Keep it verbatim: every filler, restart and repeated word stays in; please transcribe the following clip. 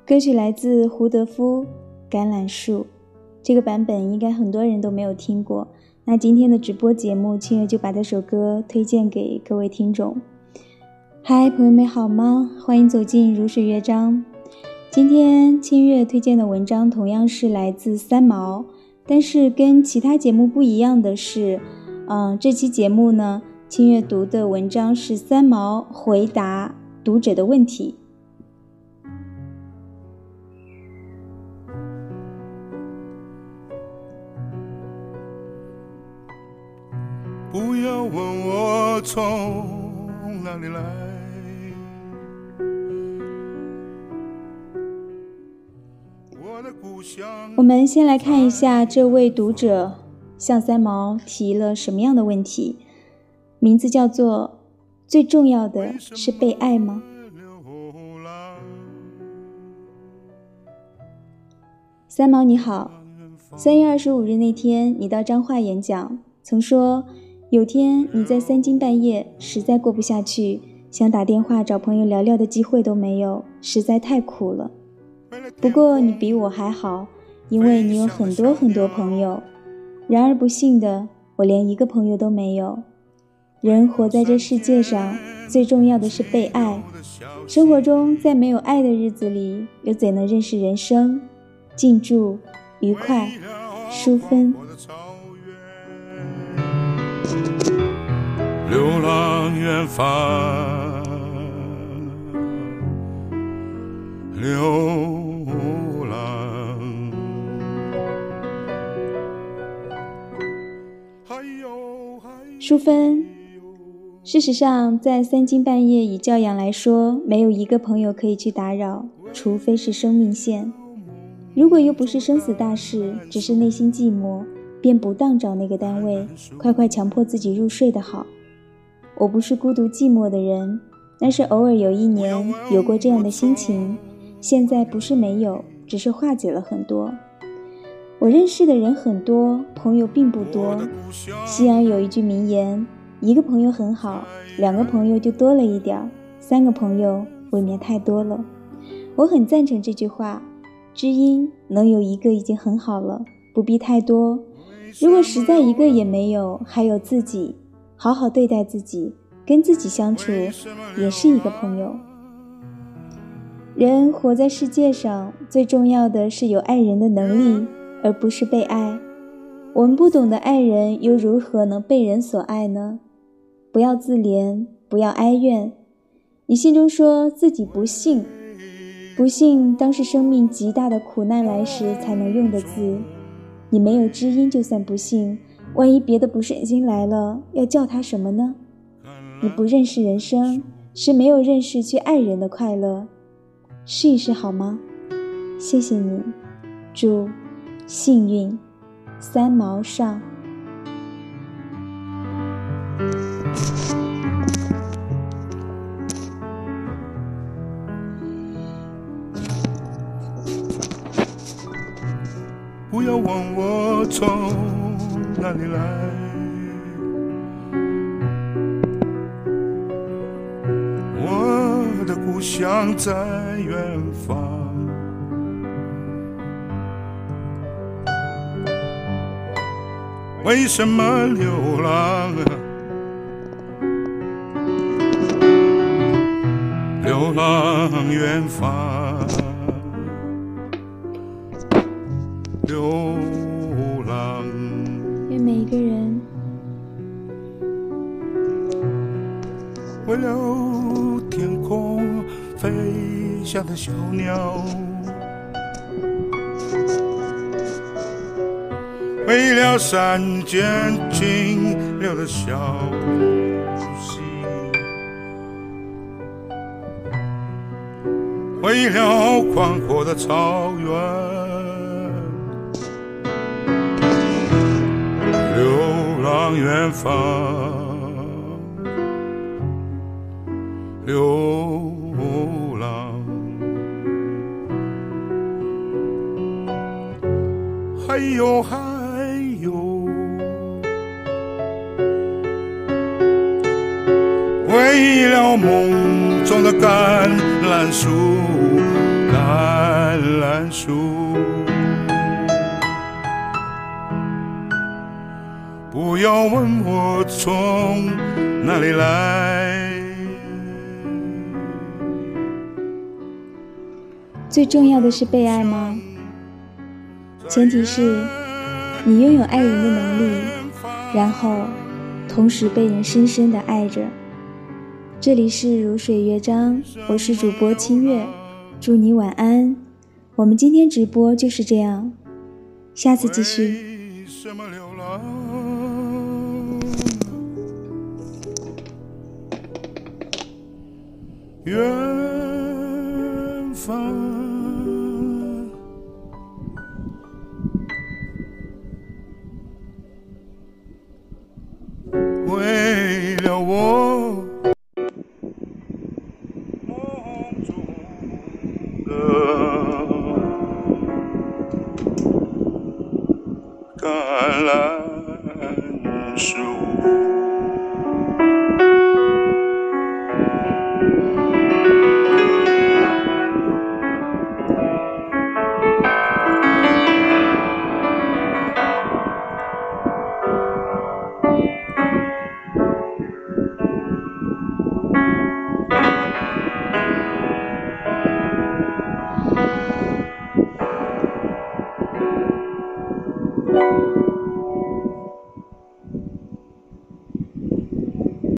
歌曲来自胡德夫《橄榄树》，这个版本应该很多人都没有听过。那今天的直播节目，清月就把这首歌推荐给各位听众。嗨，朋友们好吗？欢迎走进如水乐章。今天清月推荐的文章同样是来自三毛，但是跟其他节目不一样的是，嗯，这期节目呢，清月读的文章是三毛回答读者的问题。 不要问我从哪里来，我的故乡。 我们先来看一下这位读者向三毛提了什么样的问题，名字叫做最重要的是被爱吗？三毛你好，三月二十五日那天你到彰化演讲，曾说有天你在三更半夜实在过不下去，想打电话找朋友聊聊的机会都没有，实在太苦了。不过你比我还好，因为你有很多很多朋友。然而不幸的，我连一个朋友都没有。人活在这世界上，最重要的是被爱。生活中在没有爱的日子里，又怎能认识人生？静住，愉快，淑芬。 流浪远方，流浪。 淑芬，事实上在三更半夜以教养来说，没有一个朋友可以去打扰，除非是生命线。如果又不是生死大事，只是内心寂寞，便不当找那个单位，快快强迫自己入睡的好。我不是孤独寂寞的人，但是偶尔有一年有过这样的心情，现在不是没有，只是化解了很多。我认识的人很多，朋友并不多。西洋有一句名言，一个朋友很好，两个朋友就多了一点，三个朋友未免太多了。我很赞成这句话，知音能有一个已经很好了，不必太多。如果实在一个也没有，还有自己，好好对待自己，跟自己相处也是一个朋友。人活在世界上，最重要的是有爱人的能力，而不是被爱。我们不懂得爱人，又如何能被人所爱呢？不要自怜，不要哀怨。你心中说自己不幸，不幸当是生命极大的苦难来时才能用的字。你没有知音就算不幸，万一别的不顺心来了，要叫他什么呢？你不认识人生，是没有认识去爱人的快乐。试一试好吗？谢谢你，祝幸运。三毛上。 不要问我从哪里来，我的故乡在远方。为什么流浪？流浪远方，流浪。 愿每一个人为了天空飞翔的小鸟，为了山间清流的小溪，为了宽阔的草原，流浪远方，流浪。还有还有，为了梦中的橄榄树，橄烂树，不要问我从哪里来。 最重要的是被爱吗？前提是你拥有爱人的能力，然后同时被人深深的爱着。这里是如水乐章，我是主播清月，祝你晚安。我们今天直播就是这样，下次继续。 为什么流浪？远方，为了我梦中的橄榄树。